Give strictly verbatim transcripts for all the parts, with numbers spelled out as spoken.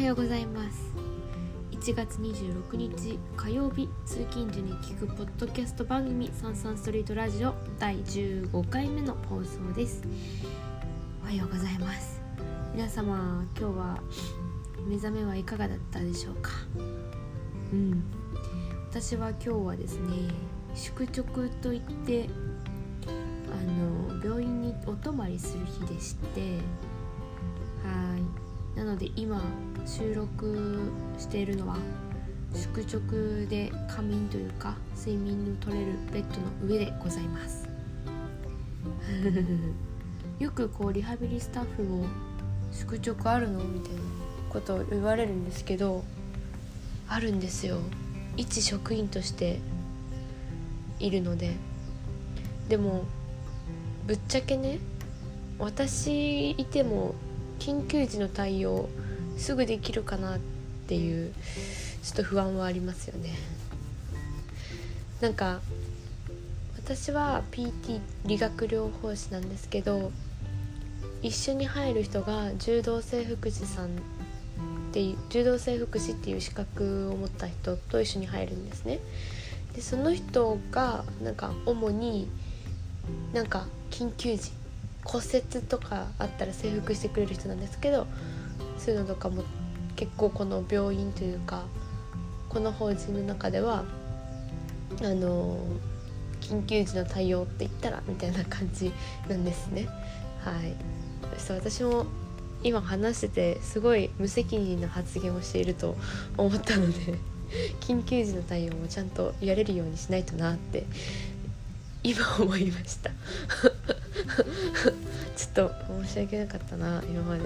ようございます。いちがつにじゅうろくにち火曜日、通勤時に聞くポッドキャスト番組サンサンストリートラジオだいじゅうごかいめの放送です。おはようございます。皆様、今日は目覚めはいかがだったでしょうか。うん私は今日はですね、宿直といってあの病院にお泊まりする日でして、はいなので今収録しているのは宿直で仮眠というか睡眠の取れるベッドの上でございますよくこうリハビリスタッフも宿直あるのみたいなことを言われるんですけど、あるんですよ。一職員としているので。でもぶっちゃけね、私いても緊急時の対応すぐできるかなっていうちょっと不安はありますよね。なんか私は ピーティー 理学療法士なんですけど、一緒に入る人が柔道整復師さんっていう柔道整復師っていう資格を持った人と一緒に入るんですね。でその人がなんか主になんか緊急時骨折とかあったら整復してくれる人なんですけど、そういうのとかも結構この病院というかこの法人の中ではあの緊急時の対応って言ったらみたいな感じなんですね。はいそして私も今話しててすごい無責任な発言をしていると思ったので緊急時の対応もちゃんとやれるようにしないとなって今思いましたちょっと申し訳なかったな今まで。うん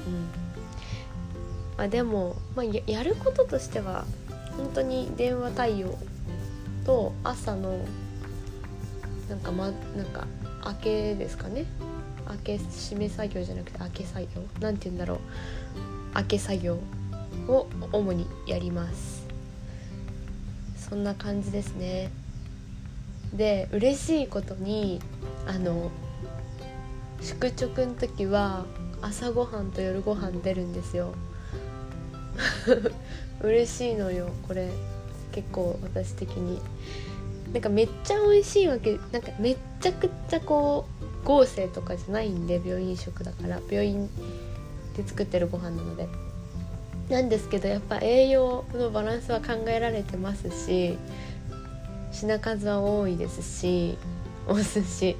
まあ、でも、まあ、や, やることとしては本当に電話対応と朝のなんか、ま、なんか開けですかね、開け閉め作業じゃなくて開け作業なんて言うんだろう開け作業を主にやります。そんな感じですね。で嬉しいことにあの宿直の時は朝ごはんと夜ごはん出るんですよ嬉しいのよこれ。結構私的になんかめっちゃ美味しいわけ、なんかめっちゃくちゃこう豪勢とかじゃないんで、病院食だから病院で作ってるご飯なのでなんですけど、やっぱ栄養のバランスは考えられてますし、品数は多いですし、お寿司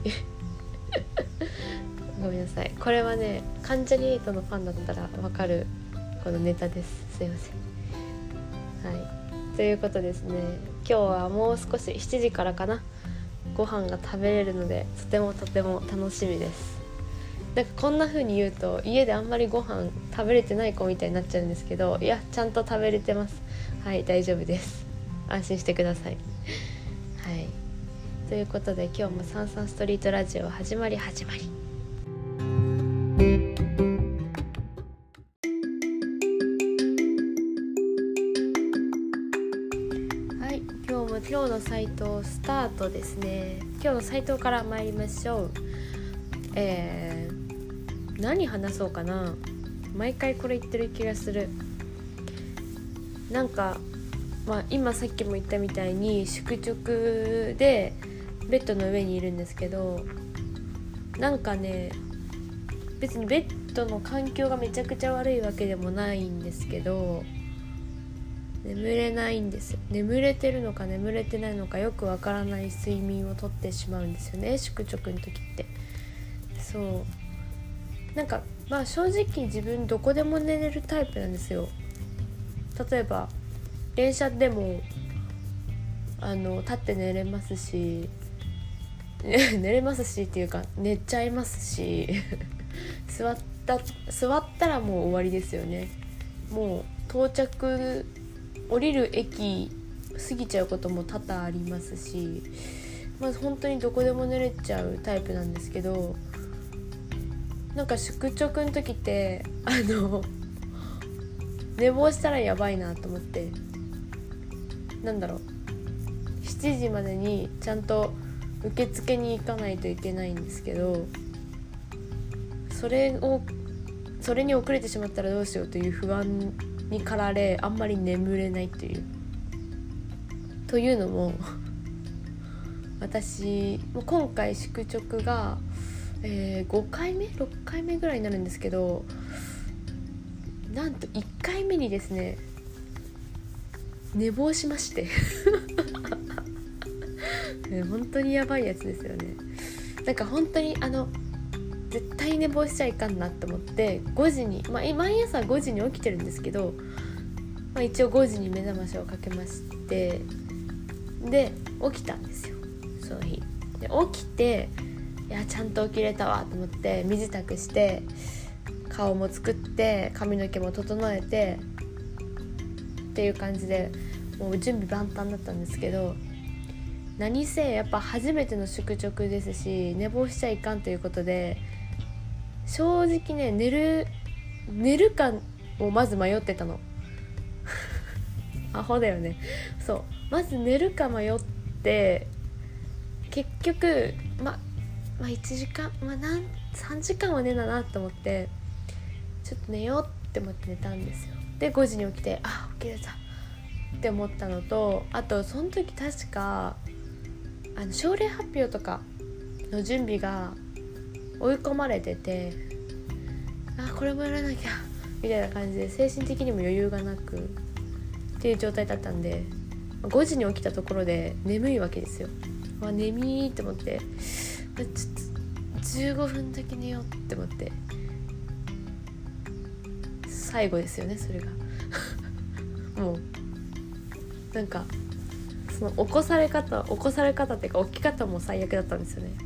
ごめんなさい、これはね関ジャニエイトのファンだったらわかるこのネタです。すいません。はいということですね、今日はもう少ししちじからかなご飯が食べれるのでとてもとても楽しみです。なんかこんな風に言うと家であんまりご飯食べれてない子みたいになっちゃうんですけど、いやちゃんと食べれてます。はい大丈夫です、安心してください。はいということで今日もサンサンストリートラジオ始まり始まり今日のサイトスタートですね。今日のサイトから参りましょう。えー、何話そうかな。毎回これ言ってる気がする。なんか、まあ、今さっきも言ったみたいに宿直でベッドの上にいるんですけど、なんかね別にベッドの環境がめちゃくちゃ悪いわけでもないんですけど、眠れないんですよ。眠れてるのか眠れてないのかよくわからない睡眠をとってしまうんですよね、宿直の時って。そうなんかまあ正直自分どこでも寝れるタイプなんですよ。例えば電車でもあの立って寝れますし寝れますしっていうか寝ちゃいますし座った座ったらもう終わりですよね。もう到着降りる駅過ぎちゃうことも多々ありますし、まあ、本当にどこでも寝れちゃうタイプなんですけど、なんか宿直の時ってあの寝坊したらやばいなと思って、なんだろうしちじまでにちゃんと受付に行かないといけないんですけど、それをそれに遅れてしまったらどうしようという不安に駆られあんまり眠れないというというのも私今回宿直が、えー、ごかいめろっかいめぐらいになるんですけど、なんといっかいめにですね寝坊しまして本当にやばいやつですよね。なんか本当にあの絶対寝坊しちゃいかんなと思ってごじに、まあ、毎朝ごじに起きてるんですけど、まあ、一応ごじに目覚ましをかけまして、で起きたんですよその日で。起きていやちゃんと起きれたわと思って身支度して顔も作って髪の毛も整えてっていう感じでもう準備万端だったんですけど、何せやっぱ初めての宿直ですし寝坊しちゃいかんということで正直ね寝る寝るかをまず迷ってたのアホだよね。そうまず寝るか迷って結局ままあいちじかん、まあ、なんさんじかんは寝だなと思ってちょっと寝ようって思って寝たんですよ。でごじに起きてあ起きれたって思ったのと、あとその時確かあの症例発表とかの準備が追い込まれてて、あこれもやらなきゃみたいな感じで精神的にも余裕がなくっていう状態だったんで、ごじに起きたところで眠いわけですよ。あ眠いって思ってちょっとじゅうごふんだけ寝ようって思って最後ですよねそれがもうなんかその起こされ方起こされ方っていうか起き方も最悪だったんですよね。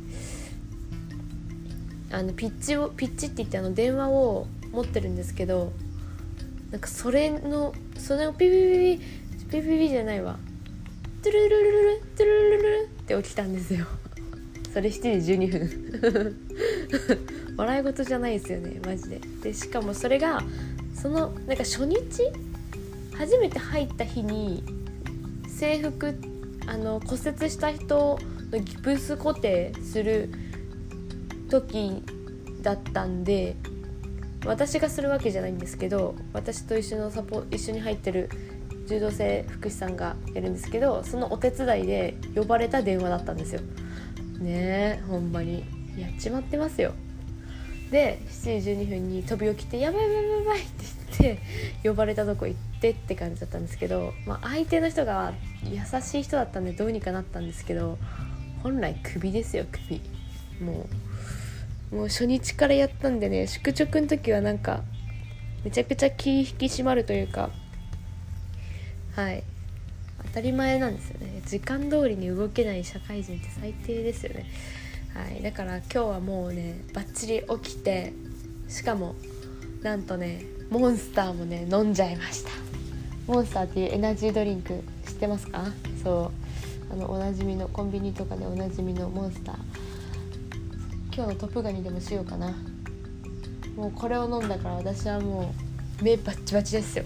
あのピッチをピッチって言ってあの電話を持ってるんですけど、なんかそれのそれをピピピピピピピじゃないわトゥルルルルルトゥルルルルって起きたんですよそれしちじじゅうにふん笑い事じゃないですよねマジで。でしかもそれがそのなんか初日初めて入った日に制服あの骨折した人のギプス固定する時だったんで、私がするわけじゃないんですけど私と一緒のサポ一緒に入ってる柔道整福祉さんがやるんですけど、そのお手伝いで呼ばれた電話だったんですよねえ。ほんまにやっちまってますよ。でしちじじゅうにふんに飛び起きてやばいやばいやばいって言って呼ばれたとこ行ってって感じだったんですけど、まあ、相手の人が優しい人だったんでどうにかなったんですけど、本来クビですよクビ。もうもう初日からやったんでね、宿直の時はなんかめちゃくちゃ気引き締まるというか、はい当たり前なんですよね。時間通りに動けない社会人って最低ですよね。はい、だから今日はもうねバッチリ起きて、しかもなんとねモンスターもね飲んじゃいました。モンスターっていうエナジードリンク知ってますか？そうあのおなじみのコンビニとかでおなじみのモンスター、今日のトップガンにでもしようかな。もうこれを飲んだから私はもう目バッチバチですよ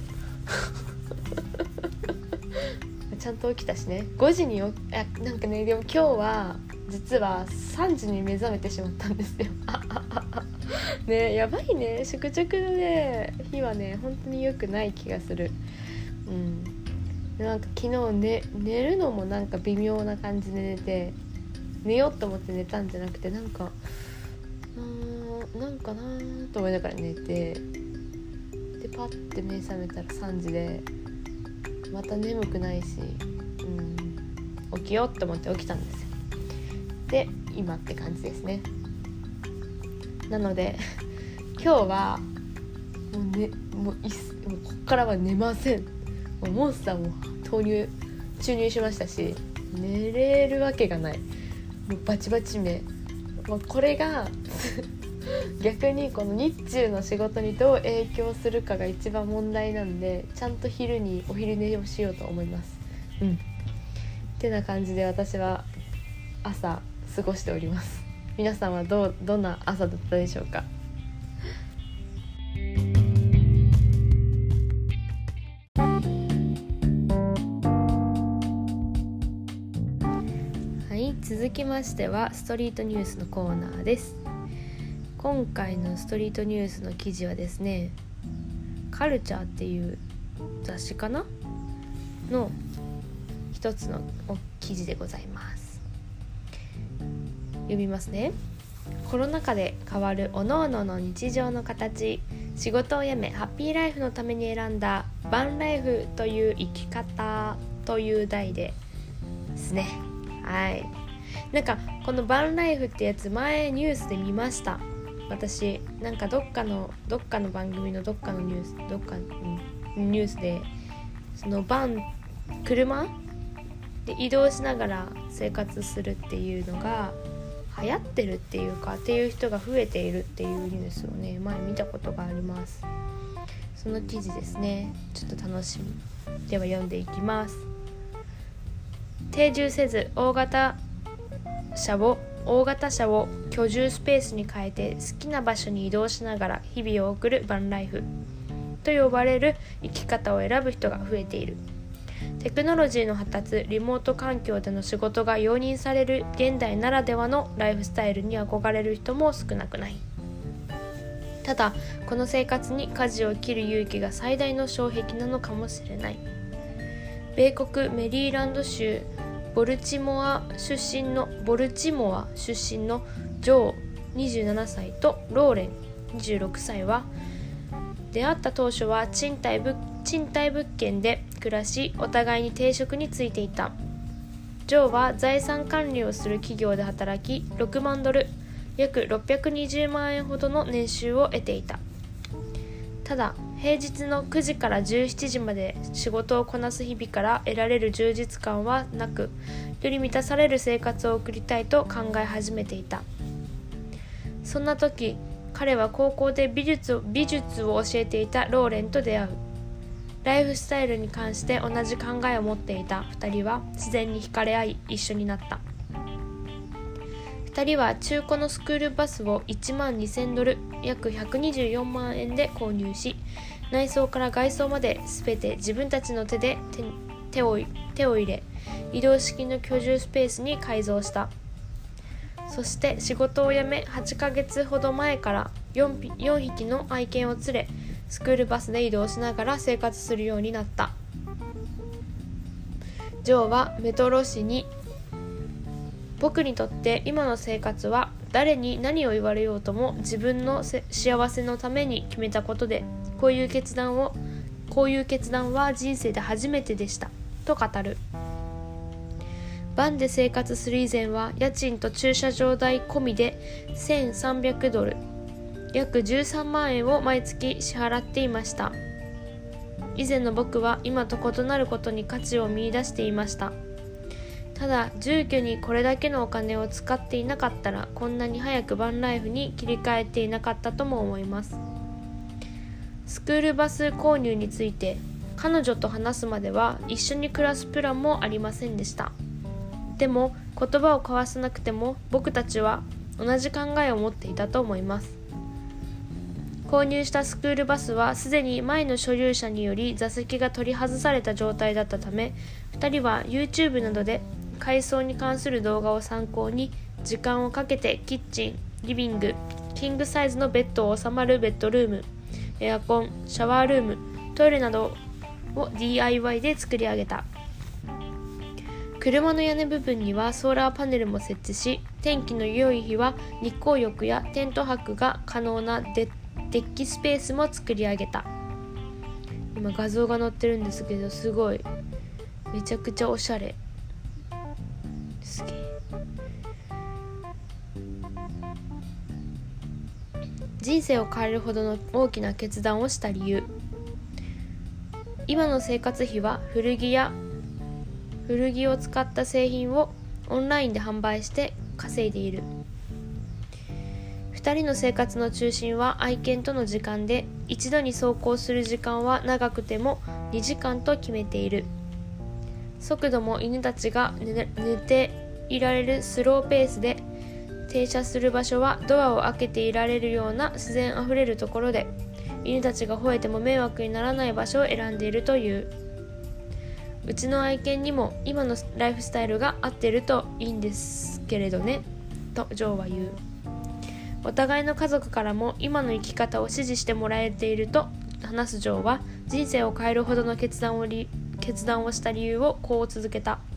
ちゃんと起きたしね。ごじにおあなんかねでも今日は実はさんじに目覚めてしまったんですよね、やばいね。宿直のね日はね本当に良くない気がする。うんなんか昨日、ね、寝るのもなんか微妙な感じで寝て、寝ようと思って寝たんじゃなくてなんかうーんなんかなーと思いながら寝て、でパッて目覚めたらさんじでまた眠くないし、うん、起きようと思って起きたんですよ。で今って感じですね。なので今日はもう、ね、もういっもうこっからは寝ません。もうモンスターも投入注入しましたし寝れるわけがない。もうバチバチ目、もうこれが逆にこの日中の仕事にどう影響するかが一番問題なんで、ちゃんと昼にお昼寝をしようと思います。うんってな感じで私は朝過ごしております。皆さんはどうどんな朝だったでしょうか？はい、続きましてはストリートニュースのコーナーです。今回のストリートニュースの記事はですね、カルチャーっていう雑誌かなの一つの記事でございます。読みますね。コロナ禍で変わる各々の日常の形、仕事を辞めハッピーライフのために選んだバンライフという生き方という題でですね。はい。なんかこのバンライフってやつ前ニュースで見ました。私なんかどっかのどっかの番組のどっかのニュースどっか、うん、ニュースでそのバン車で移動しながら生活するっていうのが流行ってるっていうかっていう人が増えているっていうニュースをね前見たことがあります。その記事ですね。ちょっと楽しみ。では読んでいきます。定住せず大型車を大型車を居住スペースに変えて好きな場所に移動しながら日々を送るバンライフと呼ばれる生き方を選ぶ人が増えている。テクノロジーの発達、リモート環境での仕事が容認される現代ならではのライフスタイルに憧れる人も少なくない。ただ、この生活に舵を切る勇気が最大の障壁なのかもしれない。米国メリーランド州ボルチモア出身のボルチモア出身のジョーにじゅうななさいとローレンにじゅうろくさいは出会った当初は賃貸物賃貸物件で暮らし、お互いに定職についていた。ジョーは財産管理をする企業で働き、ろくまんドル、約ろっぴゃくにじゅうまんえんほどの年収を得ていた。ただ、平日のくじからじゅうしちじまで仕事をこなす日々から得られる充実感はなく、より満たされる生活を送りたいと考え始めていた。そんな時、彼は高校で美術を、美術を教えていたローレンと出会う。ライフスタイルに関して同じ考えを持っていたふたりは自然に惹かれ合い一緒になった。ふたりは中古のスクールバスをいちまんにせんドル、約ひゃくにじゅうよんまんえんで購入し、内装から外装まで全て自分たちの手で 手, 手, を手を入れ、移動式の居住スペースに改造した。そして仕事を辞めはちかげつほど前から 4, よんひきの愛犬を連れ、スクールバスで移動しながら生活するようになった。ジョーはメトロ氏に、僕にとって今の生活は誰に何を言われようとも自分の幸せのために決めたことで、こういう決断をこういう決断は人生で初めてでしたと語る。バンで生活する以前は家賃と駐車場代込みでせんさんびゃくドル、約じゅうさんまんえんを毎月支払っていました。以前の僕は今と異なることに価値を見出していました。ただ、住居にこれだけのお金を使っていなかったら、こんなに早くバンライフに切り替えていなかったとも思います。スクールバス購入について、彼女と話すまでは一緒に暮らすプランもありませんでした。でも、言葉を交わさなくても僕たちは同じ考えを持っていたと思います。購入したスクールバスはすでに前の所有者により座席が取り外された状態だったため、ふたりは YouTube などで改装に関する動画を参考に時間をかけてキッチン、リビング、キングサイズのベッドを収まるベッドルーム、エアコン、シャワールーム、トイレなどを ディーアイワイ で作り上げた。車の屋根部分にはソーラーパネルも設置し、天気の良い日は日光浴やテント泊が可能なデデッキスペースも作り上げた。今画像が載ってるんですけど、すごいめちゃくちゃおしゃれ。すげえ。人生を変えるほどの大きな決断をした理由。今の生活費は古着や古着を使った製品をオンラインで販売して稼いでいる。ふたりの生活の中心は愛犬との時間で、一度に走行する時間は長くてもにじかんと決めている。速度も犬たちが 寝, 寝ていられるスローペースで、停車する場所はドアを開けていられるような自然あふれるところで、犬たちが吠えても迷惑にならない場所を選んでいるという。うちの愛犬にも今のライフスタイルが合っているといいんですけれどね、とジョーは言う。お互いの家族からも今の生き方を支持してもらえていると話すジョーは、 人生を変えるほどの決断をり決断をした理由をこう続けた。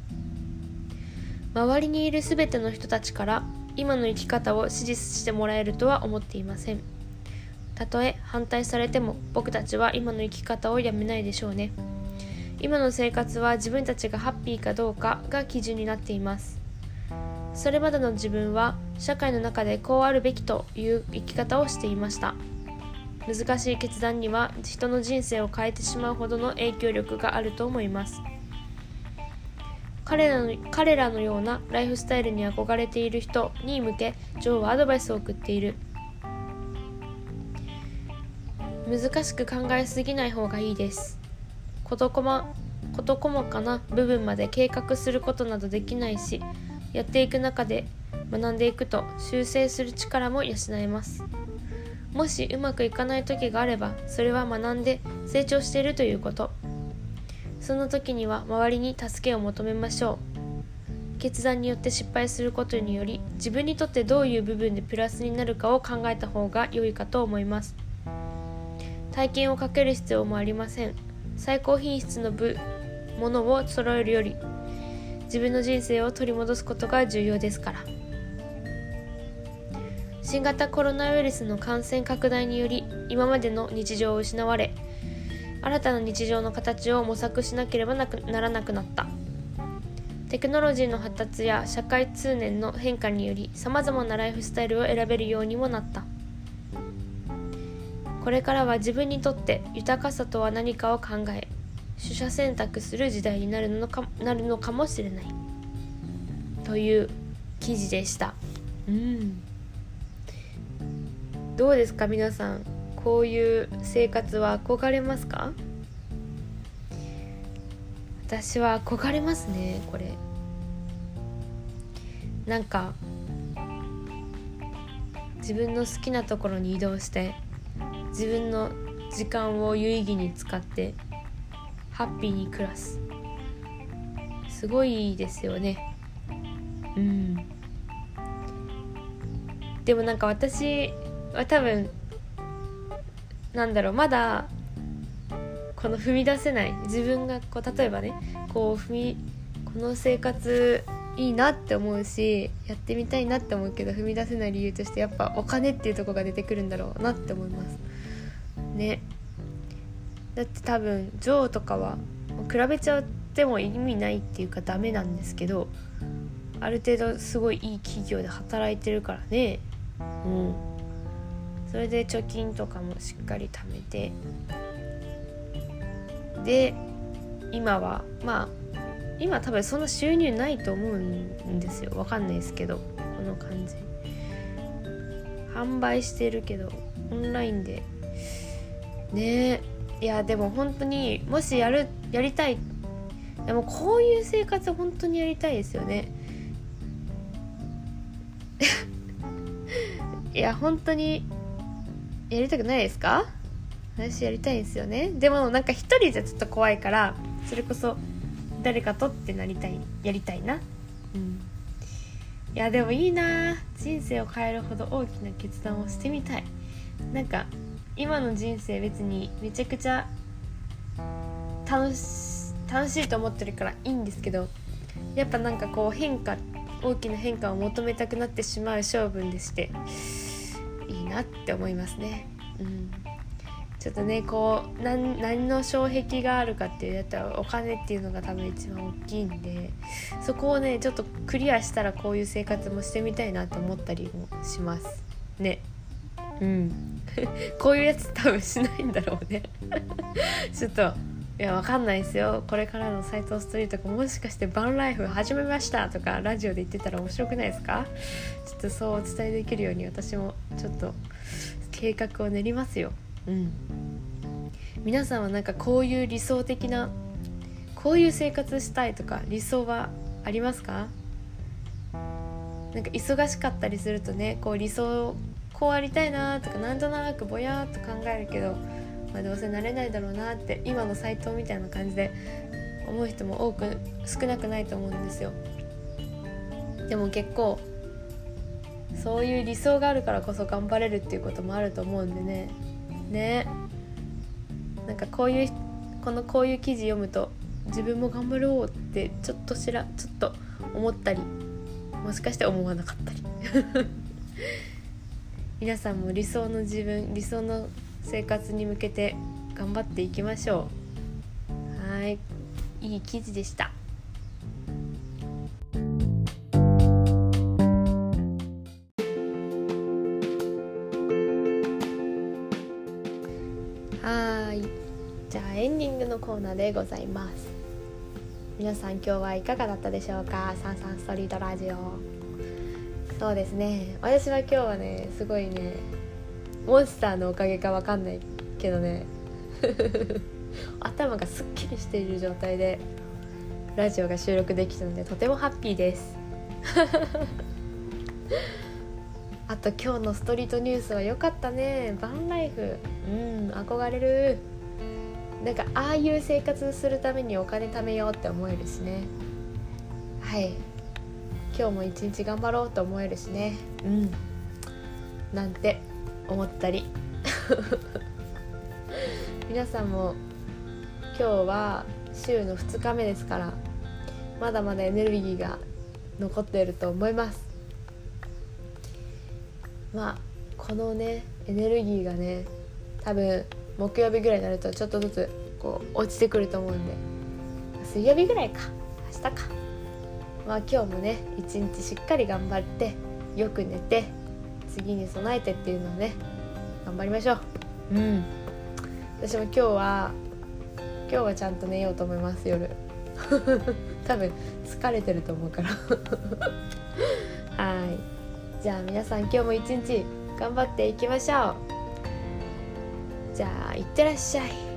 周りにいるすべての人たちから今の生き方を支持してもらえるとは思っていません。たとえ反対されても僕たちは今の生き方をやめないでしょうね。今の生活は自分たちがハッピーかどうかが基準になっています。それまでの自分は社会の中でこうあるべきという生き方をしていました。難しい決断には人の人生を変えてしまうほどの影響力があると思います。彼らの、彼らのようなライフスタイルに憧れている人に向け、ジョーはアドバイスを送っている。難しく考えすぎない方がいいです。事細、事細かな部分まで計画することなどできないし、やっていく中で学んでいくと修正する力も養えます。もしうまくいかない時があれば、それは学んで成長しているということ。その時には周りに助けを求めましょう。決断によって失敗することにより、自分にとってどういう部分でプラスになるかを考えた方が良いかと思います。体験をかける必要もありません。最高品質の部ものを揃えるより、自分の人生を取り戻すことが重要ですから。新型コロナウイルスの感染拡大により、今までの日常を失われ、新たな日常の形を模索しなければなくならなくなった。テクノロジーの発達や社会通念の変化により、さまざまなライフスタイルを選べるようにもなった。これからは自分にとって豊かさとは何かを考え、取捨選択する時代になるのか、なるのかもしれないという記事でした。うん。どうですか皆さん、こういう生活は憧れますか？私は憧れますね。これなんか自分の好きなところに移動して、自分の時間を有意義に使ってハッピーに暮らす、すごいですよね。うん。でもなんか私は多分なんだろう、まだこの踏み出せない、自分がこう例えばね、こう踏みこの生活いいなって思うし、やってみたいなって思うけど踏み出せない理由として、やっぱお金っていうところが出てくるんだろうなって思いますね。だって多分ジョーとかは比べちゃっても意味ないっていうかダメなんですけど、ある程度すごいいい企業で働いてるからね。うん。それで貯金とかもしっかり貯めて、で今はまあ今多分そんな収入ないと思うんですよ。わかんないですけど、この感じ販売してるけどオンラインでね。いやでも本当にもしやるやりたい、でもこういう生活本当にやりたいですよね。いや本当にやりたくないですか？私やりたいんですよね。でもなんか一人じゃちょっと怖いから、それこそ誰かとってなりたい、やりたいな。うん。いやでもいいな、人生を変えるほど大きな決断をしてみたい。なんか今の人生別にめちゃくちゃ楽し楽しいと思ってるからいいんですけど、やっぱなんかこう変化、大きな変化を求めたくなってしまう性分でして、いいなって思いますね。うん。ちょっとね、こう 何, 何の障壁があるかっていうやったらお金っていうのが多分一番大きいんで、そこをねちょっとクリアしたらこういう生活もしてみたいなと思ったりもしますね。うんこういうやつ多分しないんだろうねちょっといやわかんないですよ。これからの斉藤ストリートがもしかしてバンライフ始めましたとかラジオで言ってたら面白くないですか？ちょっとそうお伝えできるように私もちょっと計画を練りますよ。うん、皆さんはなんかこういう理想的なこういう生活したいとか理想はありますか？なんか忙しかったりするとね、こう理想こうありたいなとかなんとなくぼやーっと考えるけど、まあ、どうせなれないだろうなって今の斉藤みたいな感じで思う人も多く少なくないと思うんですよ。でも結構そういう理想があるからこそ頑張れるっていうこともあると思うんでね。ね、 なんかこういうこのこういう記事読むと自分も頑張ろうってちょっとしらちょっと思ったり、もしかして思わなかったり皆さんも理想の自分、理想の生活に向けて頑張っていきましょう。はい、いい記事でした。はい、じゃあエンディングのコーナーでございます。皆さん今日はいかがだったでしょうか。サンサンストリートラジオ。そうですね、私は今日はねすごいねモンスターのおかげかわかんないけどね頭がすっきりしている状態でラジオが収録できたのでとてもハッピーですあと今日のストリートニュースは良かったね。バンライフ、うん憧れる。なんかああいう生活するためにお金貯めようって思えるしね。はい、今日も一日頑張ろうと思えるしね、うんなんて思ったり皆さんも今日は週のふつかめですから、まだまだエネルギーが残っていると思います。まあこのねエネルギーがね多分木曜日ぐらいになるとちょっとずつこう落ちてくると思うんで、水曜日ぐらいか明日か、まあ今日もね一日しっかり頑張ってよく寝て次に備えてっていうのをね頑張りましょう。うん私も今日は今日はちゃんと寝ようと思います夜多分疲れてると思うからはい、じゃあ皆さん今日も一日頑張っていきましょう。じゃあいってらっしゃい。